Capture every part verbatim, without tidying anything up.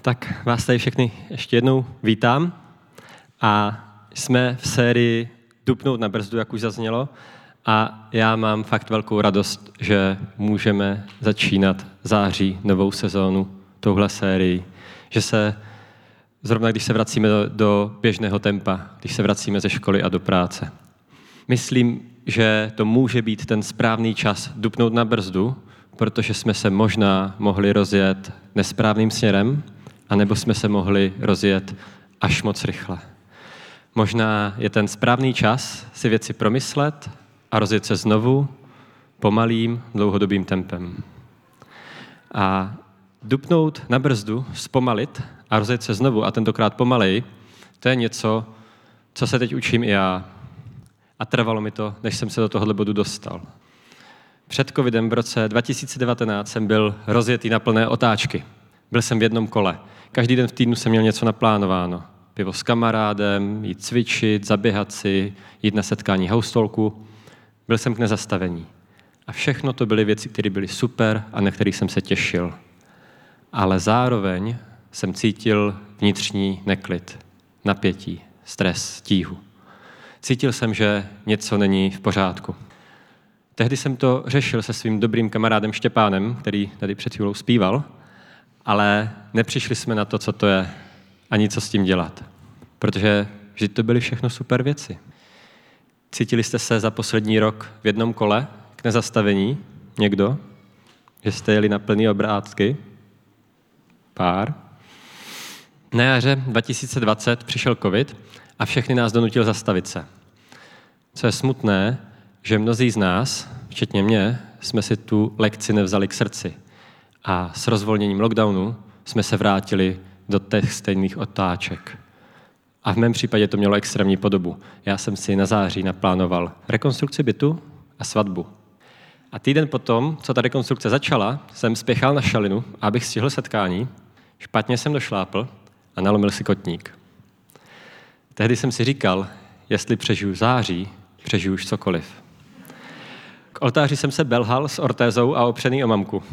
Tak vás tady všechny ještě jednou vítám a jsme v sérii Dupnout na brzdu, jak už zaznělo, a já mám fakt velkou radost, že můžeme začínat září novou sezónu touhle sérii, že se zrovna když se vracíme do, do běžného tempa, když se vracíme ze školy a do práce. Myslím, že to může být ten správný čas dupnout na brzdu, protože jsme se možná mohli rozjet nesprávným směrem, anebo jsme se mohli rozjet až moc rychle. Možná je ten správný čas si věci promyslet a rozjet se znovu pomalým, dlouhodobým tempem. A dupnout na brzdu, zpomalit a rozjet se znovu, a tentokrát pomaleji, to je něco, co se teď učím i já. A trvalo mi to, než jsem se do tohohle bodu dostal. Před covidem v roce dva tisíce devatenáct jsem byl rozjetý na plné otáčky. Byl jsem v jednom kole. Každý den v týdnu jsem měl něco naplánováno. Pivo s kamarádem, jít cvičit, zaběhat si, jít na setkání houstolku. Byl jsem k nezastavení. A všechno to byly věci, které byly super a na kterých jsem se těšil. Ale zároveň jsem cítil vnitřní neklid, napětí, stres, tíhu. Cítil jsem, že něco není v pořádku. Tehdy jsem to řešil se svým dobrým kamarádem Štěpánem, který tady před chvílou zpíval, ale nepřišli jsme na to, co to je, ani co s tím dělat. Protože vždyť to byly všechno super věci. Cítili jste se za poslední rok v jednom kole k nezastavení? Někdo? Že jste jeli na plný obrátky? Pár. Na jaře dva tisíce dvacet přišel covid a všechny nás donutil zastavit se. Co je smutné, že mnozí z nás, včetně mě, jsme si tu lekci nevzali k srdci. A s rozvolněním lockdownu jsme se vrátili do těch stejných otáček. A v mém případě to mělo extrémní podobu. Já jsem si na září naplánoval rekonstrukci bytu a svatbu. A týden potom, co ta rekonstrukce začala, jsem spěchal na šalinu, abych stihl setkání. Špatně jsem došlápl a nalomil si kotník. Tehdy jsem si říkal, jestli přežiju září, přežiju už cokoliv. K oltáři jsem se belhal s ortézou a opřený o mamku.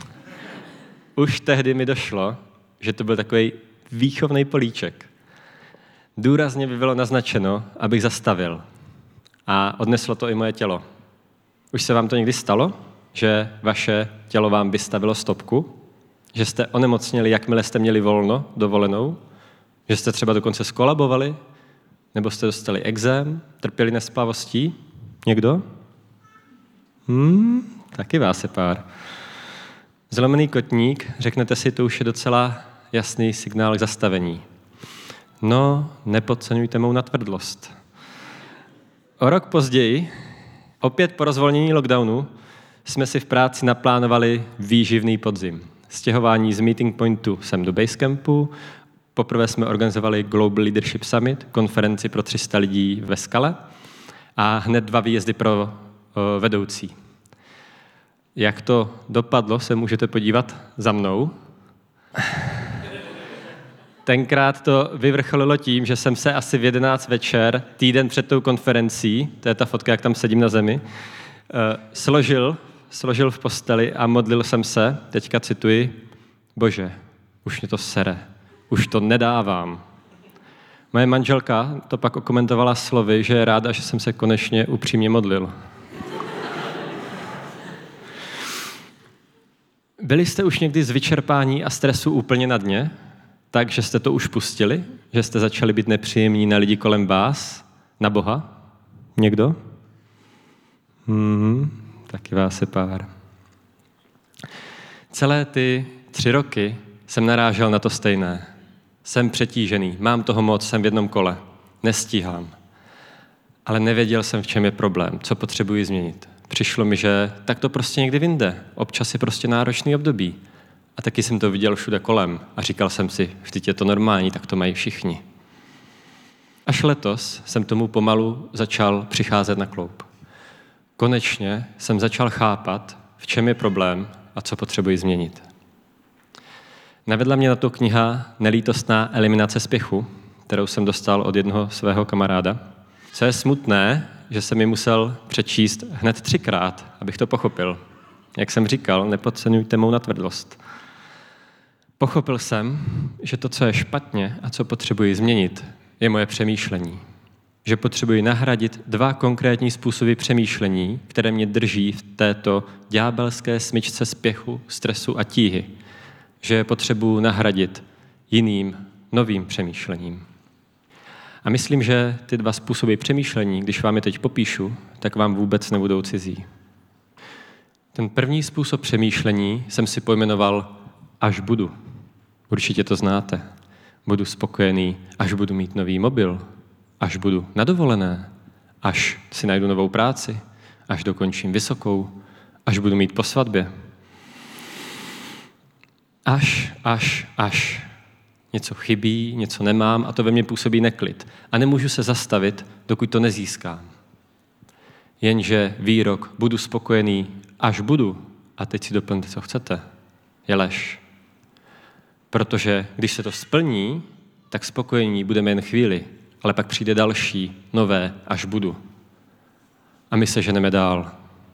Už tehdy mi došlo, že to byl takový výchovný políček. Důrazně by bylo naznačeno, abych zastavil. A odneslo to i moje tělo. Už se vám to někdy stalo, že vaše tělo vám vystavilo stopku? Že jste onemocněli, jakmile jste měli volno, dovolenou? Že jste třeba dokonce skolabovali? Nebo jste dostali exém? Trpěli nespavostí? Někdo? Hmm, taky vás je pár. Zlomený kotník, řeknete si, to už je docela jasný signál k zastavení. No, nepodceňujte mou natvrdlost. O rok později, opět po rozvolnění lockdownu, jsme si v práci naplánovali výživný podzim. Stěhování z meeting pointu sem do Basecampu. Poprvé jsme organizovali Global Leadership Summit, konferenci pro tři sta lidí ve Skale a hned dva výjezdy pro o, vedoucí. Jak to dopadlo, se můžete podívat za mnou. Tenkrát to vyvrcholilo tím, že jsem se asi v jedenáct večer, týden před tou konferencí, to je ta fotka, jak tam sedím na zemi, složil, složil v posteli a modlil jsem se, teďka cituji, Bože, už mě to sere, už to nedávám. Moje manželka to pak okomentovala slovy, že je ráda, že jsem se konečně upřímně modlil. Byli jste už někdy z vyčerpání a stresu úplně na dně? Tak, že jste to už pustili? Že jste začali být nepříjemní na lidi kolem vás? Na Boha? Někdo? Hmm, taky vás je pár. Celé ty tři roky jsem narážel na to stejné. Jsem přetížený, mám toho moc, jsem v jednom kole. Nestíhám. Ale nevěděl jsem, v čem je problém, co potřebuji změnit. Přišlo mi, že tak to prostě někdy vyjde. Občas je prostě náročný období. A taky jsem to viděl všude kolem a říkal jsem si, vždyť je to normální, tak to mají všichni. Až letos jsem tomu pomalu začal přicházet na kloub. Konečně jsem začal chápat, v čem je problém a co potřebuji změnit. Navedla mě na to kniha Nelítostná eliminace spěchu, kterou jsem dostal od jednoho svého kamaráda. Co je smutné, že jsem ji musel přečíst hned třikrát, abych to pochopil. Jak jsem říkal, nepodceňujte mou natvrdlost. Pochopil jsem, že to, co je špatně a co potřebuji změnit, je moje přemýšlení. Že potřebuji nahradit dva konkrétní způsoby přemýšlení, které mě drží v této ďábelské smyčce spěchu, stresu a tíhy. Že je potřebuji nahradit jiným, novým přemýšlením. A myslím, že ty dva způsoby přemýšlení, když vám je teď popíšu, tak vám vůbec nebudou cizí. Ten první způsob přemýšlení jsem si pojmenoval až budu. Určitě to znáte. Budu spokojený, až budu mít nový mobil, až budu na dovolené, až si najdu novou práci, až dokončím vysokou, až budu mít po svatbě. Až, až, až. Něco chybí, něco nemám a to ve mně působí neklid. A nemůžu se zastavit, dokud to nezískám. Jenže výrok budu spokojený, až budu, a teď si doplňte, co chcete, je lež. Protože když se to splní, tak spokojení budeme jen chvíli, ale pak přijde další, nové, až budu. A my se ženeme dál.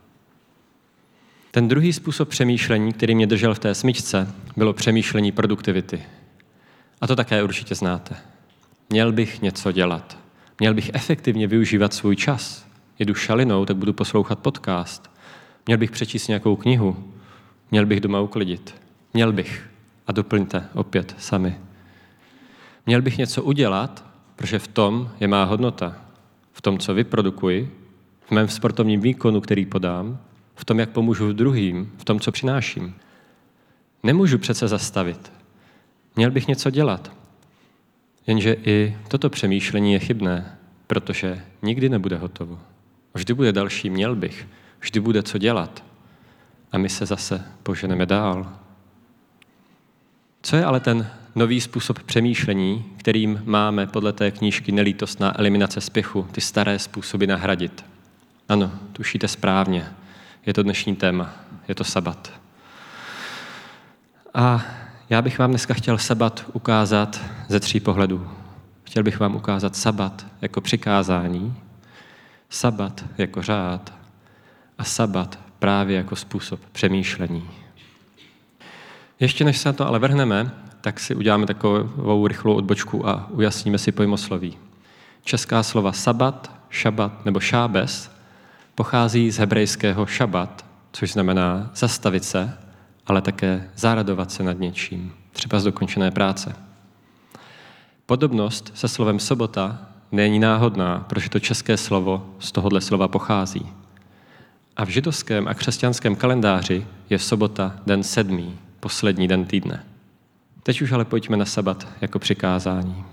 Ten druhý způsob přemýšlení, který mě držel v té smyčce, bylo přemýšlení produktivity. A to také určitě znáte. Měl bych něco dělat. Měl bych efektivně využívat svůj čas. Jedu šalinou, tak budu poslouchat podcast. Měl bych přečíst nějakou knihu. Měl bych doma uklidit. Měl bych. A doplňte opět sami. Měl bych něco udělat, protože v tom je má hodnota. V tom, co vyprodukuji, v mém sportovním výkonu, který podám, v tom, jak pomůžu druhým, v tom, co přináším. Nemůžu přece zastavit. Měl bych něco dělat. Jenže i toto přemýšlení je chybné, protože nikdy nebude hotovo. Vždy bude další měl bych, vždy bude co dělat. A my se zase poženeme dál. Co je ale ten nový způsob přemýšlení, kterým máme podle té knížky Nelítostná eliminace spěchu ty staré způsoby nahradit? Ano, tušíte správně. Je to dnešní téma. Je to sabat. A já bych vám dneska chtěl sabat ukázat ze tří pohledů. Chtěl bych vám ukázat sabat jako přikázání, sabat jako řád a sabat právě jako způsob přemýšlení. Ještě než se na to ale vrhneme, tak si uděláme takovou rychlou odbočku a ujasníme si pojmosloví. Česká slova sabat, šabat nebo šábes pochází z hebrejského šabat, což znamená zastavit se, ale také záradovat se nad něčím, třeba z dokončené práce. Podobnost se slovem sobota není náhodná, protože to české slovo z tohohle slova pochází. A v židovském a křesťanském kalendáři je sobota den sedmý, poslední den týdne. Teď už ale pojďme na sabat jako přikázání.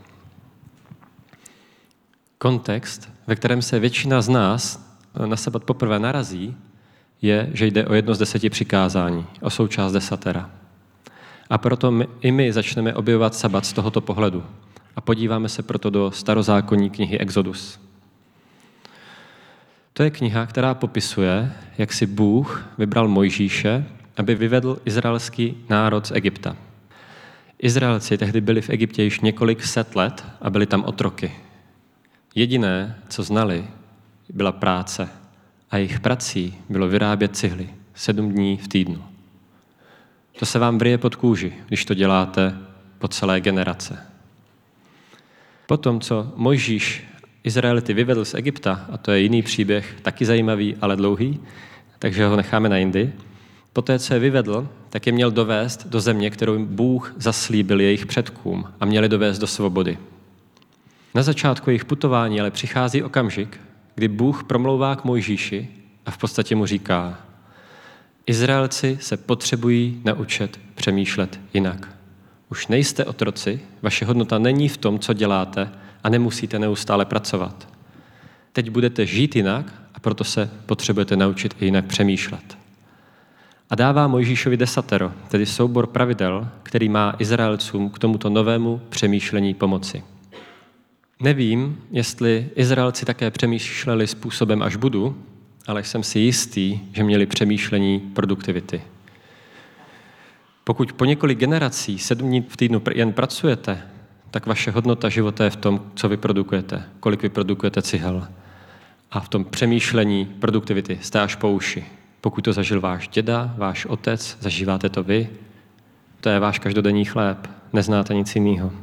Kontext, ve kterém se většina z nás na sabat poprvé narazí, je, že jde o jedno z deseti přikázání, o součást desatera. A proto my, i my začneme objevovat sabat z tohoto pohledu a podíváme se proto do starozákonní knihy Exodus. To je kniha, která popisuje, jak si Bůh vybral Mojžíše, aby vyvedl izraelský národ z Egypta. Izraelci tehdy byli v Egyptě již několik set let a byli tam otroky. Jediné, co znali, byla práce a jejich prací bylo vyrábět cihly sedm dní v týdnu. To se vám vryje pod kůži, když to děláte po celé generace. Potom, co Mojžíš Izraelity vyvedl z Egypta, a to je jiný příběh, taky zajímavý, ale dlouhý, takže ho necháme na jindy, poté, co je vyvedl, tak je měl dovést do země, kterou Bůh zaslíbil jejich předkům a měli dovést do svobody. Na začátku jejich putování ale přichází okamžik, kdy Bůh promlouvá k Mojžíši a v podstatě mu říká: Izraelci se potřebují naučit přemýšlet jinak. Už nejste otroci, vaše hodnota není v tom, co děláte a nemusíte neustále pracovat. Teď budete žít jinak a proto se potřebujete naučit i jinak přemýšlet. A dává Mojžíšovi desatero, tedy soubor pravidel, který má Izraelcům k tomuto novému přemýšlení pomoci. Nevím, jestli Izraelci také přemýšleli způsobem až budu, ale jsem si jistý, že měli přemýšlení produktivity. Pokud po několik generací, sedm dní v týdnu jen pracujete, tak vaše hodnota života je v tom, co vyprodukujete, kolik vyprodukujete cihel. A v tom přemýšlení produktivity jste až po uši. Pokud to zažil váš děda, váš otec, zažíváte to vy, To je váš každodenní chléb, neznáte nic jiného.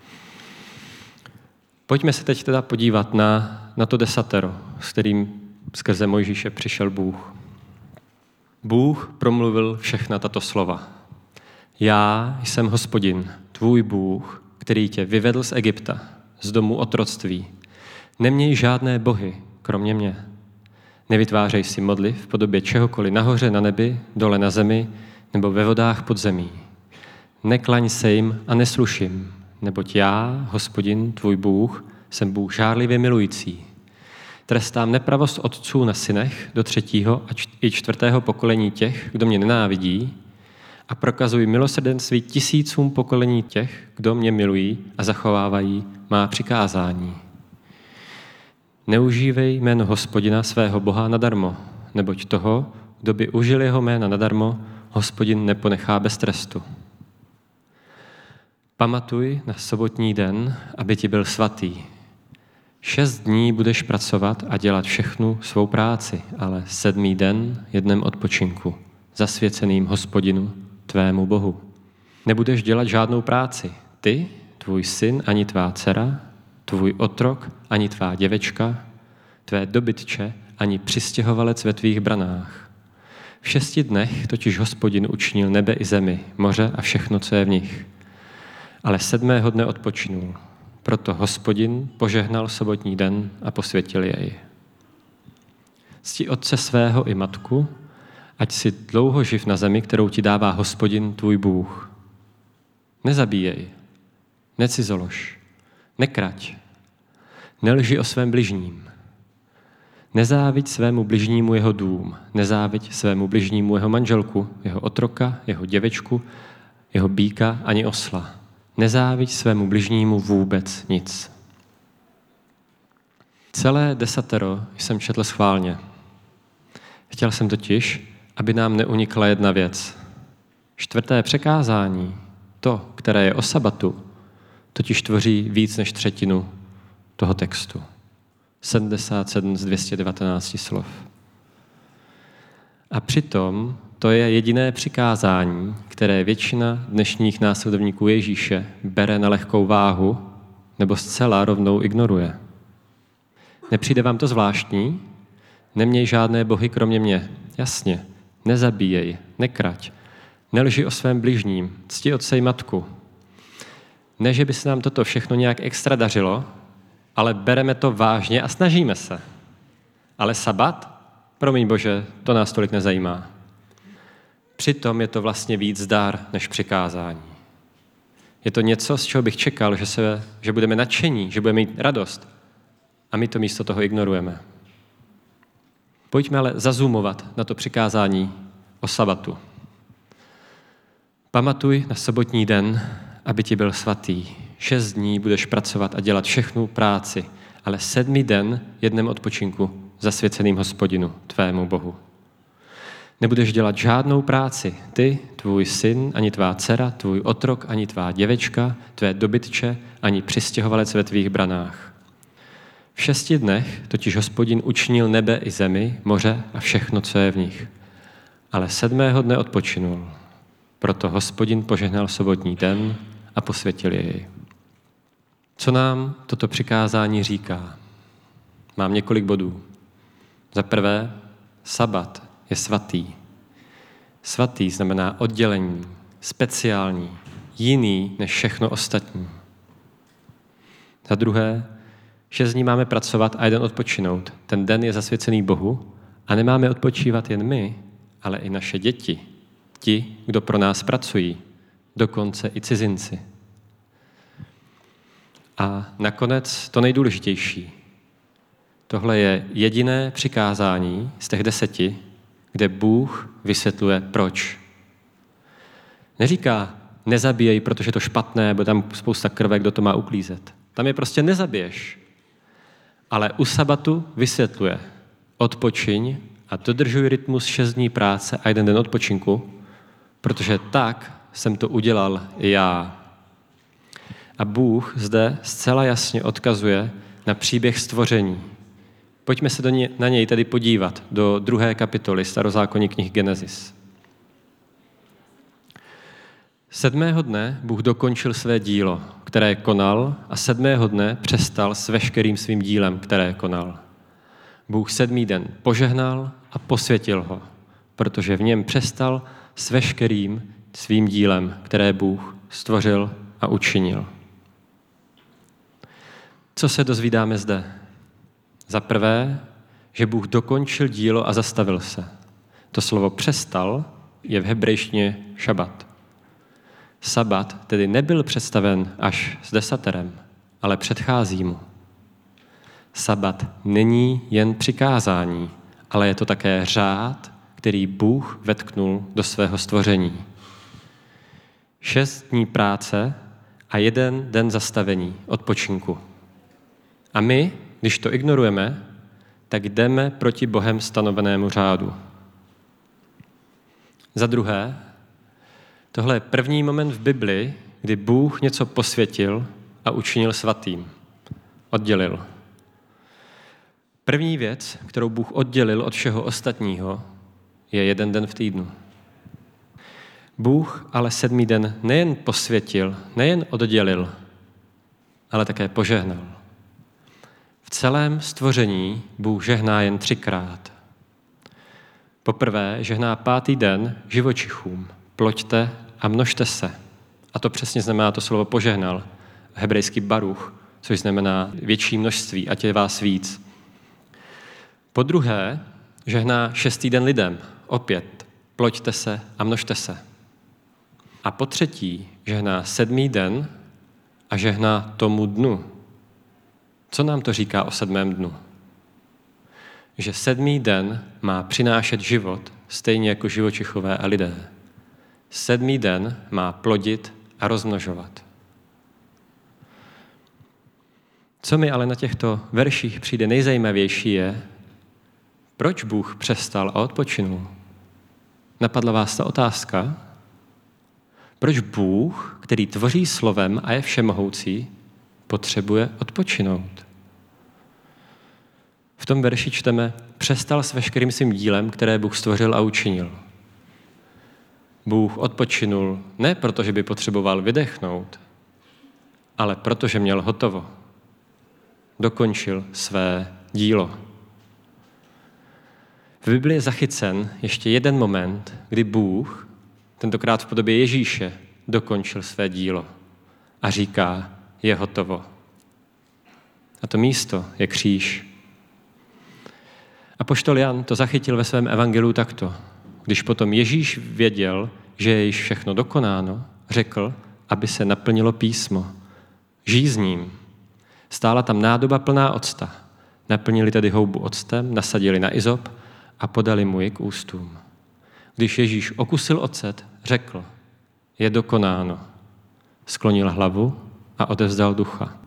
Pojďme se teď teda podívat na, na to desatero, s kterým skrze Mojžíše přišel Bůh. Bůh promluvil všechna tato slova. Já jsem Hospodin, tvůj Bůh, který tě vyvedl z Egypta, z domu otroctví. Neměj žádné bohy, kromě mě. Nevytvářej si modly v podobě čehokoliv nahoře na nebi, dole na zemi nebo ve vodách pod zemí. Neklaň se jim a nesluším, neboť já, Hospodin, tvůj Bůh, jsem Bůh žárlivě milující. Trestám nepravost otců na synech do třetího a i čtvrtého pokolení těch, kdo mě nenávidí, a prokazuj milosrdenství tisícům pokolení těch, kdo mě milují a zachovávají má přikázání. Neužívej jméno Hospodina svého Boha nadarmo, neboť toho, kdo by užil jeho jména nadarmo, Hospodin neponechá bez trestu. Pamatuj na sobotní den, aby ti byl svatý. Šest dní budeš pracovat a dělat všechnu svou práci, ale sedmý den jednem odpočinku, zasvěceným Hospodinu, tvému Bohu. Nebudeš dělat žádnou práci, ty, tvůj syn, ani tvá dcera, tvůj otrok, ani tvá děvečka, tvé dobytče, ani přistěhovalec ve tvých branách. V šesti dnech totiž Hospodin učinil nebe i zemi, moře a všechno, co je v nich. Ale sedmého dne odpočinul. Proto Hospodin požehnal sobotní den a posvětil jej. Cti otce svého i matku, ať si dlouho živ na zemi, kterou ti dává Hospodin tvůj Bůh. Nezabíjej, necizolož, nekrať, nelži o svém bližním. Nezáviď svému bližnímu jeho dům, nezáviď svému bližnímu jeho manželku, jeho otroka, jeho děvečku, jeho býka ani osla. Nezáviď svému bližnímu vůbec nic. Celé desatero jsem četl schválně. Chtěl jsem totiž, aby nám neunikla jedna věc. Čtvrté přikázání, to, které je o sabatu, totiž tvoří víc než třetinu toho textu. sedmdesát sedm z dvě stě devatenáct slov. A přitom to je jediné přikázání, které většina dnešních následovníků Ježíše bere na lehkou váhu nebo zcela rovnou ignoruje. Nepřijde vám to zvláštní? Neměj žádné bohy kromě mě. Jasně. Nezabíjej, nekrať. Nelži o svém bližním. Cti otce i matku. Ne, že by se nám toto všechno nějak extra dařilo, ale bereme to vážně a snažíme se. Ale sabat? Promiň Bože, to nás tolik nezajímá. Přitom je to vlastně víc dar než přikázání. Je to něco, z čeho bych čekal, že, se, že budeme nadšení, že budeme mít radost. A my to místo toho ignorujeme. Pojďme ale zazumovat na to přikázání o sabatu. Pamatuj na sobotní den, aby ti byl svatý. Šest dní budeš pracovat a dělat všechnu práci, ale sedmý den jednem odpočinku zasvěceným Hospodinu, tvému Bohu. Nebudeš dělat žádnou práci, ty, tvůj syn, ani tvá dcera, tvůj otrok, ani tvá děvečka, tvé dobytče, ani přistěhovalec ve tvých branách. V šesti dnech totiž Hospodin učinil nebe i zemi, moře a všechno, co je v nich. Ale sedmého dne odpočinul. Proto Hospodin požehnal sobotní den a posvětil jej. Co nám toto přikázání říká? Mám několik bodů. Za prvé, sabat je svatý. Svatý znamená oddělení, speciální, jiný než všechno ostatní. Za druhé, šest dní máme pracovat a jeden odpočinout. Ten den je zasvěcený Bohu a nemáme odpočívat jen my, ale i naše děti, ti, kdo pro nás pracují, dokonce i cizinci. A nakonec to nejdůležitější. Tohle je jediné přikázání z těch deseti, kde Bůh vysvětluje proč. Neříká, nezabíjej, protože je to špatné, bude tam spousta krve, kdo to má uklízet. Tam je prostě nezabiješ. Ale u sabatu vysvětluje, odpočiň a dodržuj rytmus šest dní práce a jeden den odpočinku, protože tak jsem to udělal i já. A Bůh zde zcela jasně odkazuje na příběh stvoření. Pojďme se do ně, na něj tedy podívat, do druhé kapitoly starozákonní knihy Genesis. Sedmého dne Bůh dokončil své dílo, které konal, a sedmého dne přestal s veškerým svým dílem, které konal. Bůh sedmý den požehnal a posvětil ho, protože v něm přestal s veškerým svým dílem, které Bůh stvořil a učinil. Co se dozvídáme zde? Za prvé, že Bůh dokončil dílo a zastavil se. To slovo přestal je v hebrejštině šabat. Sabat tedy nebyl představen až s desaterem, ale předchází mu. Sabat není jen přikázání, ale je to také řád, který Bůh vetknul do svého stvoření. Šest dní práce a jeden den zastavení, odpočinku. A my, když to ignorujeme, tak jdeme proti Bohem stanovenému řádu. Za druhé, tohle je první moment v Bibli, kdy Bůh něco posvětil a učinil svatým. Oddělil. První věc, kterou Bůh oddělil od všeho ostatního, je jeden den v týdnu. Bůh ale sedmý den nejen posvětil, nejen oddělil, ale také požehnal. V celém stvoření Bůh žehná jen třikrát. Poprvé žehná pátý den živočichům. Ploďte a množte se. A to přesně znamená to slovo požehnal. Hebrejský baruch, což znamená větší množství, ať je vás víc. Po druhé žehná šestý den lidem. Opět ploďte se a množte se. A po třetí žehná sedmý den a žehná tomu dnu. Co nám to říká o sedmém dnu? Že sedmý den má přinášet život, stejně jako živočichové a lidé. Sedmý den má plodit a rozmnožovat. Co mi ale na těchto verších přijde nejzajímavější je, proč Bůh přestal a odpočinul. Napadla vás ta otázka? Proč Bůh, který tvoří slovem a je všemohoucí, potřebuje odpočinout? V tom verši čteme, přestal s veškerým svým dílem, které Bůh stvořil a učinil. Bůh odpočinul ne proto, že by potřeboval vydechnout, ale protože měl hotovo. Dokončil své dílo. V Biblii je zachycen ještě jeden moment, kdy Bůh, tentokrát v podobě Ježíše, dokončil své dílo a říká, je hotovo. A to místo je kříž. Apoštol Jan to zachytil ve svém evangeliu takto. Když potom Ježíš věděl, že je již všechno dokonáno, řekl, aby se naplnilo písmo. Žízním. Stála tam nádoba plná octa. Naplnili tedy houbu octem, nasadili na izop a podali mu ji k ústům. Když Ježíš okusil ocet, řekl, je dokonáno. Sklonil hlavu a odevzdal ducha.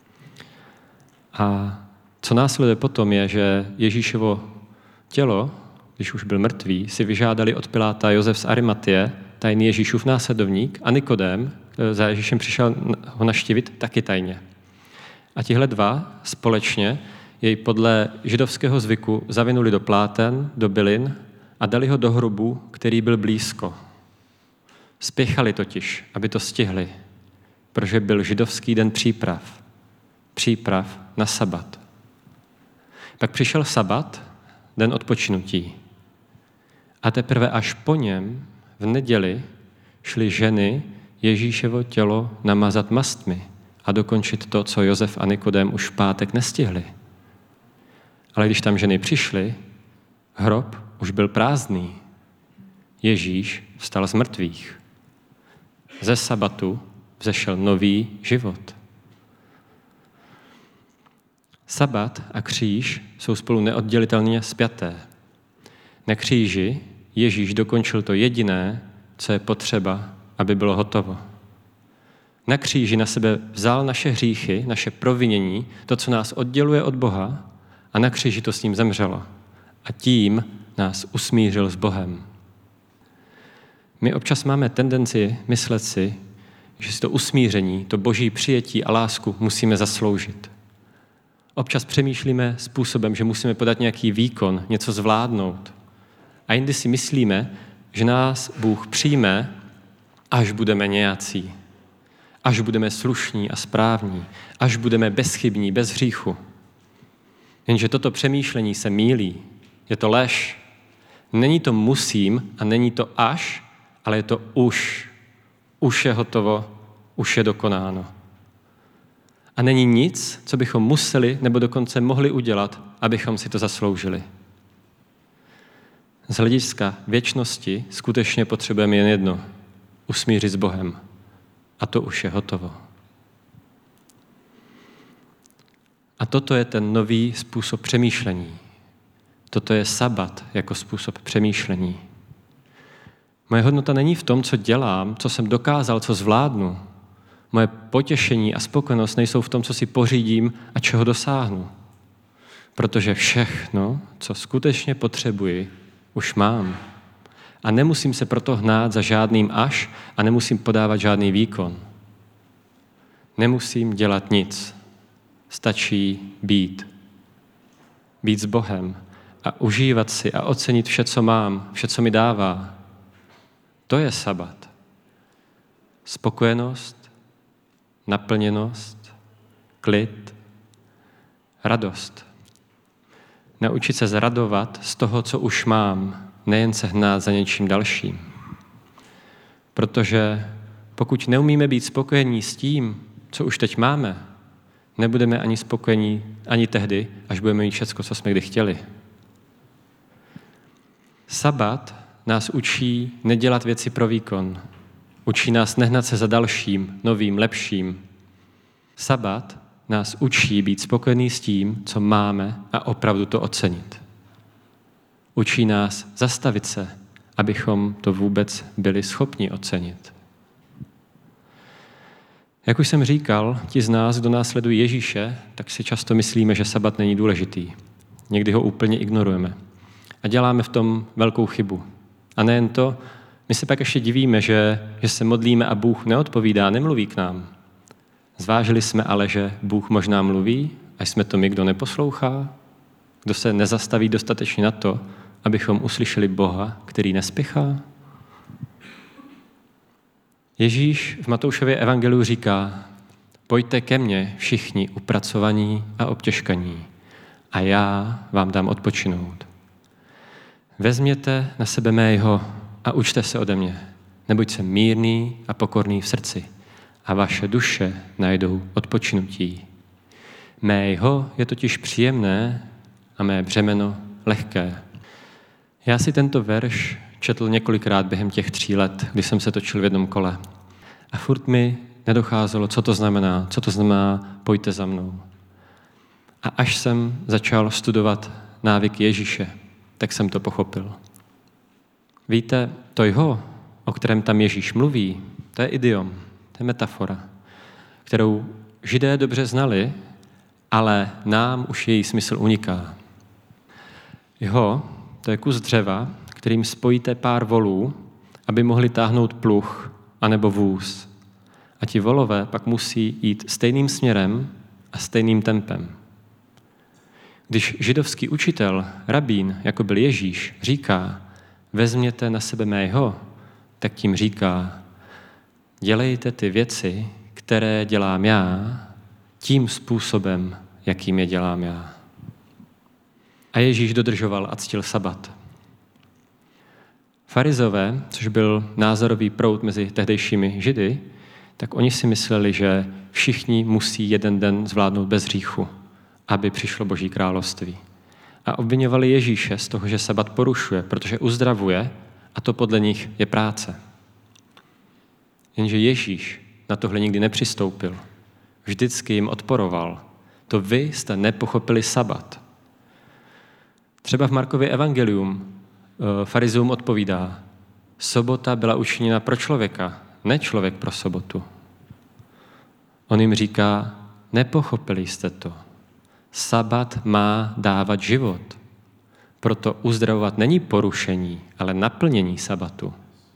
A co následuje potom je, že Ježíšovo tělo, když už byl mrtvý, si vyžádali od Piláta Josef z Arimatie, tajný Ježíšův následovník, a Nikodém, za Ježíšem přišel ho navštívit taky tajně. A tihle dva společně jej podle židovského zvyku zavinuli do pláten, do bylin a dali ho do hrobu, který byl blízko. Spěchali totiž, aby to stihli, protože byl židovský den příprav. Příprav na sabat. Pak přišel sabat, den odpočinutí. A teprve až po něm, v neděli, šly ženy Ježíševo tělo namazat mastmi a dokončit to, co Josef a Nikodém už v pátek nestihli. Ale když tam ženy přišly, hrob už byl prázdný. Ježíš vstal z mrtvých. Ze sabatu vzešel nový život. Sabat a kříž jsou spolu neoddělitelně spjaté. Na kříži Ježíš dokončil to jediné, co je potřeba, aby bylo hotovo. Na kříži na sebe vzal naše hříchy, naše provinění, to, co nás odděluje od Boha, a na kříži to s ním zemřelo. A tím nás usmířil s Bohem. My občas máme tendenci myslet si, že si to usmíření, to boží přijetí a lásku musíme zasloužit. Občas přemýšlíme způsobem, že musíme podat nějaký výkon, něco zvládnout. A jindy si myslíme, že nás Bůh přijme až budeme nějací, až budeme slušní a správní, až budeme bezchybní, bez hříchu. Jenže toto přemýšlení se mýlí. Je to lež. Není to musím a není to až, ale je to už. Už je hotovo, už je dokonáno. A není nic, co bychom museli nebo dokonce mohli udělat, abychom si to zasloužili. Z hlediska věčnosti skutečně potřebujeme jen jedno. Usmířit s Bohem. A to už je hotovo. A toto je ten nový způsob přemýšlení. Toto je sabat jako způsob přemýšlení. Moje hodnota není v tom, co dělám, co jsem dokázal, co zvládnu. Moje potěšení a spokojenost nejsou v tom, co si pořídím a čeho dosáhnu. Protože všechno, co skutečně potřebuji, už mám. A nemusím se proto hnát za žádným až a nemusím podávat žádný výkon. Nemusím dělat nic. Stačí být. Být s Bohem a užívat si a ocenit vše, co mám, vše, co mi dává. To je sabat. Spokojenost, naplněnost, klid, radost. Naučit se zradovat z toho, co už mám, nejen se hnát za něčím dalším. Protože pokud neumíme být spokojení s tím, co už teď máme, nebudeme ani spokojení ani tehdy, až budeme mít všecko, co jsme kdy chtěli. Sabat nás učí nedělat věci pro výkon. Učí nás nehnat se za dalším, novým, lepším. Sabat nás učí být spokojený s tím, co máme a opravdu to ocenit. Učí nás zastavit se, abychom to vůbec byli schopni ocenit. Jak už jsem říkal, ti z nás, kdo následují Ježíše, tak si často myslíme, že sabat není důležitý. Někdy ho úplně ignorujeme. A děláme v tom velkou chybu. A nejen to, my se pak ještě divíme, že, že se modlíme a Bůh neodpovídá, nemluví k nám. Zvážili jsme ale, že Bůh možná mluví, a jsme to my, kdo neposlouchá, kdo se nezastaví dostatečně na to, abychom uslyšeli Boha, který nespěchá. Ježíš v Matoušově evangeliu říká: pojďte ke mně všichni upracovaní a obtěžkaní a já vám dám odpočinout. Vezměte na sebe mého a učte se ode mě, neboť jsem mírný a pokorný v srdci a vaše duše najdou odpočinutí. Mého je totiž příjemné a mé břemeno lehké. Já si tento verš četl několikrát během těch tří let, kdy jsem se točil v jednom kole. A furt mi nedocházelo, co to znamená, co to znamená pojďte za mnou. A až jsem začal studovat návyky Ježíše, tak jsem to pochopil. Víte, to jeho, o kterém tam Ježíš mluví, to je idiom, to je metafora, kterou Židé dobře znali, ale nám už její smysl uniká. Jeho, to je kus dřeva, kterým spojíte pár volů, aby mohli táhnout pluh anebo vůz. A ti volové pak musí jít stejným směrem a stejným tempem. Když židovský učitel, rabín, jako byl Ježíš, říká, vezměte na sebe mého, tak tím říká, dělejte ty věci, které dělám já, tím způsobem, jakým je dělám já. A Ježíš dodržoval a ctil sabat. Farizové, což byl názorový proud mezi tehdejšími Židy, tak oni si mysleli, že všichni musí jeden den zvládnout bez hříchu, aby přišlo Boží království. A obviňovali Ježíše z toho, že sabat porušuje, protože uzdravuje a to podle nich je práce. Jenže Ježíš na tohle nikdy nepřistoupil. Vždycky jim odporoval. To vy jste nepochopili sabat. Třeba v Markově evangelium farizům odpovídá, sobota byla učiněna pro člověka, ne člověk pro sobotu. On jim říká, nepochopili jste to. Sabat má dávat život. Proto uzdravovat není porušení, ale naplnění sabatu.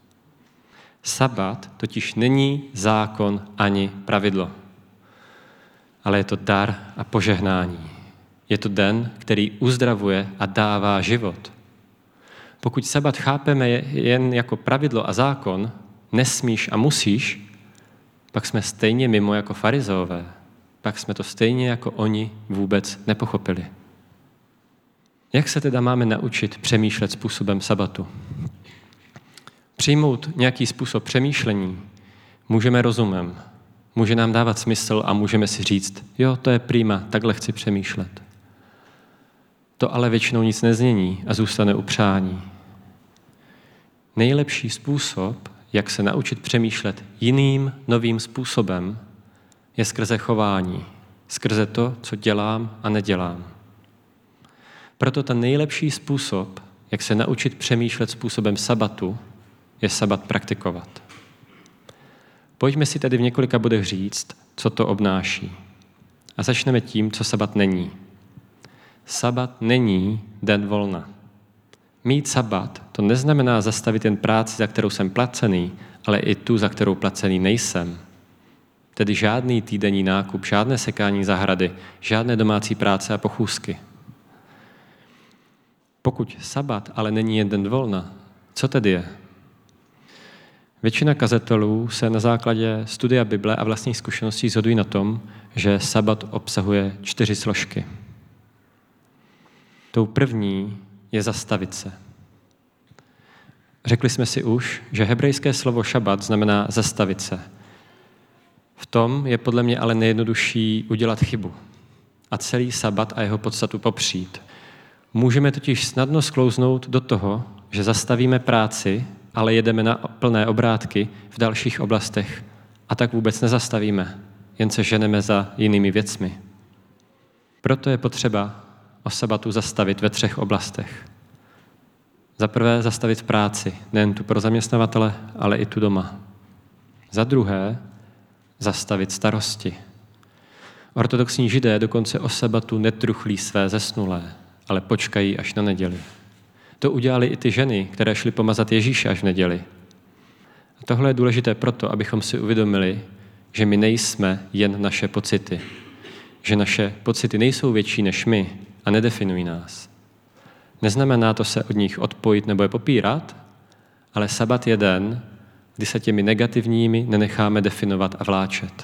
Sabat totiž není zákon ani pravidlo, ale je to dar a požehnání. Je to den, který uzdravuje a dává život. Pokud sabat chápeme jen jako pravidlo a zákon, nesmíš a musíš, pak jsme stejně mimo jako farizeové. Pak jsme to stejně jako oni vůbec nepochopili. Jak se teda máme naučit přemýšlet způsobem sabatu? Přijmout nějaký způsob přemýšlení můžeme rozumem. Může nám dávat smysl a můžeme si říct, jo, to je prima, takhle chci přemýšlet. To ale většinou nic nezmění a zůstane u přání. Nejlepší způsob, jak se naučit přemýšlet jiným, novým způsobem, je skrze chování, skrze to, co dělám a nedělám. Proto ten nejlepší způsob, jak se naučit přemýšlet způsobem sabatu, je sabat praktikovat. Pojďme si tedy v několika bodech říct, co to obnáší. A začneme tím, co sabat není. Sabat není den volna. Mít sabat, to neznamená zastavit jen práci, za kterou jsem placený, ale i tu, za kterou placený nejsem. Tedy žádný týdenní nákup, žádné sekání zahrady, žádné domácí práce a pochůzky. Pokud sabat ale není jen den volna, co tedy je? Většina kazatelů se na základě studia Bible a vlastních zkušeností shodují na tom, že sabat obsahuje čtyři složky. Tou první je zastavit se. Řekli jsme si už, že hebrejské slovo šabat znamená zastavit se. V tom je podle mě ale nejjednodušší udělat chybu a celý sabat a jeho podstatu popřít. Můžeme totiž snadno sklouznout do toho, že zastavíme práci, ale jedeme na plné obrátky v dalších oblastech a tak vůbec nezastavíme, jen se ženeme za jinými věcmi. Proto je potřeba o sabatu zastavit ve třech oblastech. Za prvé zastavit práci, nejen tu pro zaměstnavatele, ale i tu doma. Za druhé zastavit starosti. Ortodoxní židé dokonce o sabatu netruchlí své zesnulé, ale počkají až na neděli. To udělali i ty ženy, které šly pomazat Ježíše až v neděli. A tohle je důležité proto, abychom si uvědomili, že my nejsme jen naše pocity. Že naše pocity nejsou větší než my a nedefinují nás. Neznamená to se od nich odpojit nebo je popírat, ale sabat je den, kdy se těmi negativními nenecháme definovat a vláčet.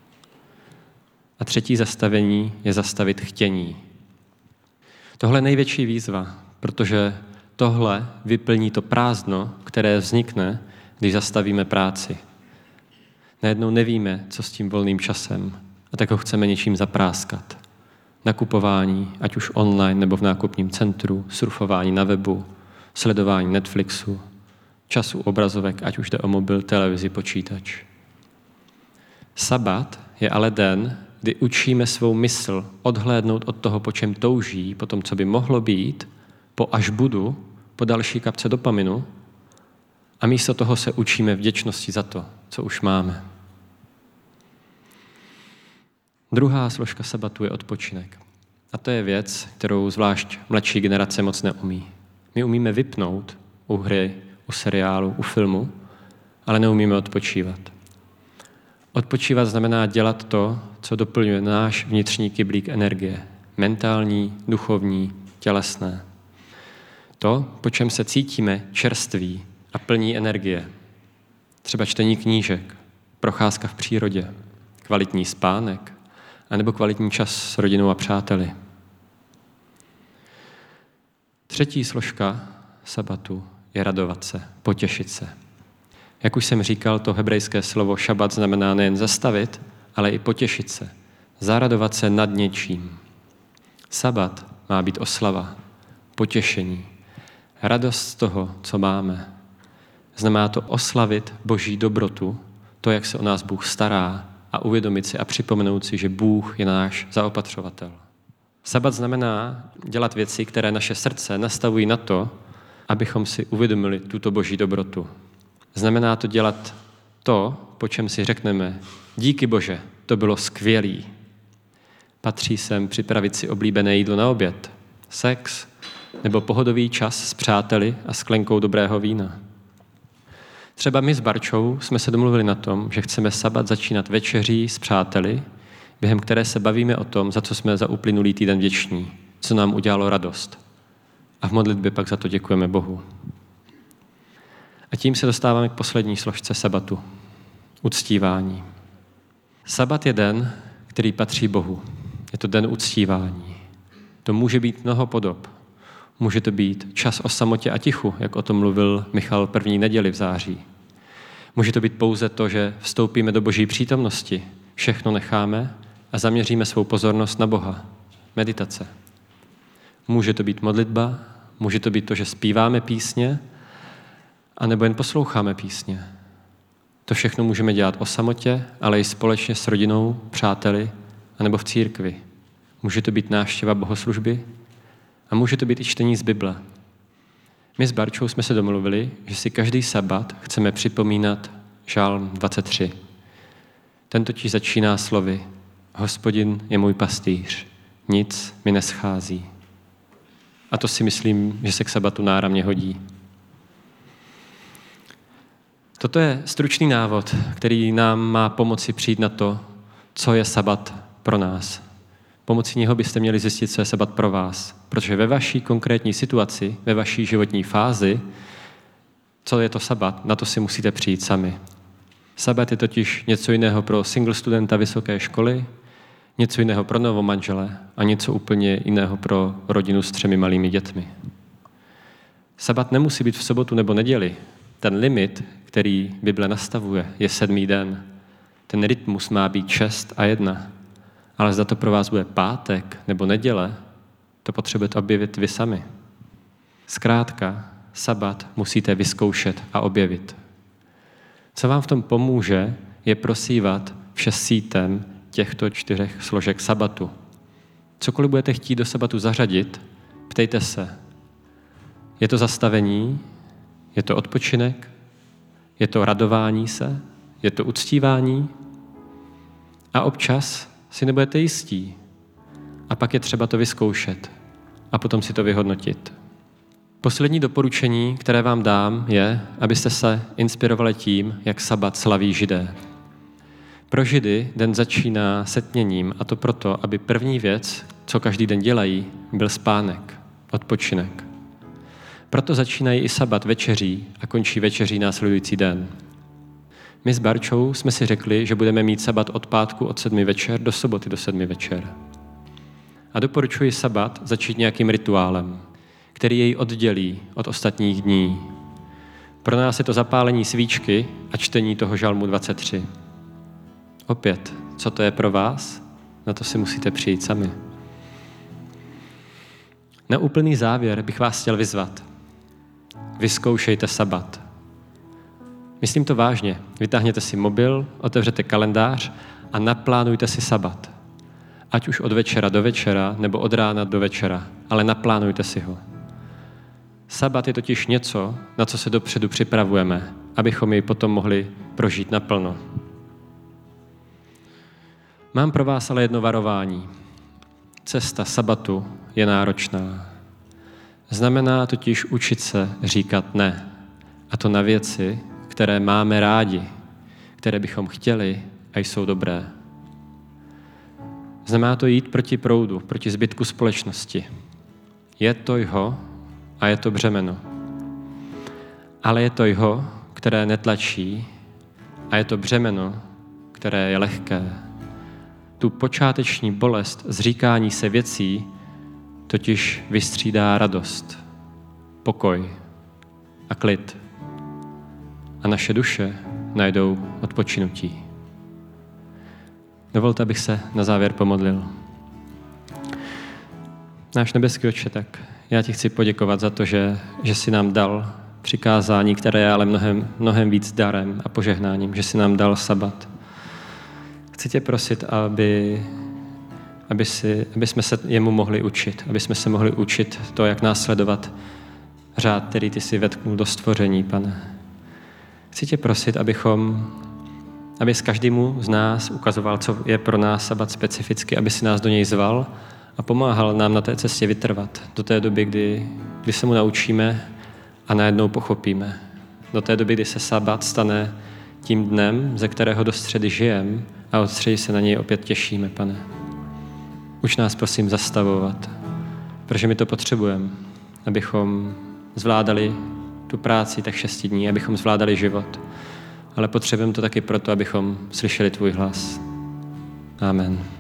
A třetí zastavení je zastavit chtění. Tohle je největší výzva, protože tohle vyplní to prázdno, které vznikne, když zastavíme práci. Najednou nevíme, co s tím volným časem, a tak ho chceme něčím zapráskat. Nakupování, ať už online nebo v nákupním centru, surfování na webu, sledování Netflixu, času obrazovek, ať už jde o mobil, televizi, počítač. Sabat je ale den, kdy učíme svou mysl odhlédnout od toho, po čem touží, po tom, co by mohlo být, po až budu, po další kapce dopaminu a místo toho se učíme vděčnosti za to, co už máme. Druhá složka sabatu je odpočinek. A to je věc, kterou zvlášť mladší generace moc neumí. My umíme vypnout u hry, u seriálu, u filmu, ale neumíme odpočívat. Odpočívat znamená dělat to, co doplňuje náš vnitřní kyblík energie. Mentální, duchovní, tělesné. To, po čem se cítíme čerství a plní energie. Třeba čtení knížek, procházka v přírodě, kvalitní spánek, anebo kvalitní čas s rodinou a přáteli. Třetí složka sabatu je radovat se, potěšit se. Jak už jsem říkal, to hebrejské slovo šabat znamená nejen zastavit, ale i potěšit se, zaradovat se nad něčím. Sabat má být oslava, potěšení, radost z toho, co máme. Znamená to oslavit Boží dobrotu, to, jak se o nás Bůh stará, a uvědomit si a připomenout si, že Bůh je náš zaopatřovatel. Sabat znamená dělat věci, které naše srdce nastavují na to, abychom si uvědomili tuto Boží dobrotu. Znamená to dělat to, po čem si řekneme, díky Bože, to bylo skvělý. Patří sem připravit si oblíbené jídlo na oběd, sex nebo pohodový čas s přáteli a sklenkou dobrého vína. Třeba my s Barčou jsme se domluvili na tom, že chceme sabat začínat večeří s přáteli, během které se bavíme o tom, za co jsme za uplynulý týden vděční, co nám udělalo radost. A v modlitbě pak za to děkujeme Bohu. A tím se dostáváme k poslední složce sabatu. Uctívání. Sabat je den, který patří Bohu. Je to den uctívání. To může být mnoho podob. Může to být čas o samotě a tichu, jak o tom mluvil Michal první neděli v září. Může to být pouze to, že vstoupíme do Boží přítomnosti, všechno necháme a zaměříme svou pozornost na Boha. Meditace. Může to být modlitba, může to být to, že zpíváme písně, anebo jen posloucháme písně. To všechno můžeme dělat o samotě, ale i společně s rodinou, přáteli, anebo v církvi. Může to být návštěva bohoslužby a může to být i čtení z Bible. My s Barčou jsme se domluvili, že si každý sabat chceme připomínat Žálm dvacet tři. Ten totiž začíná slovy: Hospodin je můj pastýř, nic mi neschází. A to si myslím, že se k sabatu náramně hodí. Toto je stručný návod, který nám má pomoci přijít na to, co je sabat pro nás. Pomocí něho byste měli zjistit, co je sabat pro vás. Protože ve vaší konkrétní situaci, ve vaší životní fázi, co je to sabat, na to si musíte přijít sami. Sabat je totiž něco jiného pro single studenta vysoké školy, něco jiného pro novomanžele a něco úplně jiného pro rodinu s třemi malými dětmi. Sabat nemusí být v sobotu nebo neděli. Ten limit, který Bible nastavuje, je sedmý den. Ten rytmus má být šest a jedna. Ale zda to pro vás bude pátek nebo neděle, to potřebujete objevit vy sami. Zkrátka, sabat musíte vyzkoušet a objevit. Co vám v tom pomůže, je prosívat vše sítem těchto čtyřech složek sabatu. Cokoliv budete chtít do sabatu zařadit, ptejte se. Je to zastavení? Je to odpočinek? Je to radování se? Je to uctívání? A občas si nebudete jistí. A pak je třeba to vyzkoušet a potom si to vyhodnotit. Poslední doporučení, které vám dám, je, abyste se inspirovali tím, jak sabat slaví Židé. Pro Židy den začíná setměním, a to proto, aby první věc, co každý den dělají, byl spánek, odpočinek. Proto začínají i sabat večeří a končí večeří následující den. My s Barčou jsme si řekli, že budeme mít sabat od pátku od sedmi večer do soboty do sedmi večer. A doporučuji sabat začít nějakým rituálem, který jej oddělí od ostatních dní. Pro nás je to zapálení svíčky a čtení toho žalmu dvacet tři. Opět, co to je pro vás? Na to si musíte přijít sami. Na úplný závěr bych vás chtěl vyzvat. Vyzkoušejte sabat. Myslím to vážně. Vytáhněte si mobil, otevřete kalendář a naplánujte si sabat. Ať už od večera do večera, nebo od rána do večera, ale naplánujte si ho. Sabat je totiž něco, na co se dopředu připravujeme, abychom jej potom mohli prožít naplno. Mám pro vás ale jedno varování. Cesta sabatu je náročná. Znamená totiž učit se říkat ne. A to na věci, které máme rádi, které bychom chtěli a jsou dobré. Znamená to jít proti proudu, proti zbytku společnosti. Je to jeho a je to břemeno. Ale je to jeho, které netlačí, a je to břemeno, které je lehké. Tu počáteční bolest zříkání se věcí totiž vystřídá radost, pokoj a klid. A naše duše najdou odpočinutí. Dovolte, abych se na závěr pomodlil. Náš nebeský Otče, tak já ti chci poděkovat za to, že, že jsi nám dal přikázání, které je ale mnohem, mnohem víc darem a požehnáním, že jsi nám dal sabat. Chci tě prosit, aby, aby, si, aby jsme se jemu mohli učit, aby jsme se mohli učit to, jak následovat řád, který ty si vetknul do stvoření, Pane. Chci tě prosit, abychom, aby s každému z nás ukazoval, co je pro nás sabat specificky, aby si nás do něj zval a pomáhal nám na té cestě vytrvat do té doby, kdy, kdy se mu naučíme a najednou pochopíme. Do té doby, kdy se sabat stane tím dnem, ze kterého do středy žijeme a od středy se na něj opět těšíme, Pane. Uč nás, prosím, zastavovat, protože my to potřebujeme, abychom zvládali tu práci, tak šesti dní, abychom zvládali život. Ale potřebujeme to taky proto, abychom slyšeli tvůj hlas. Amen.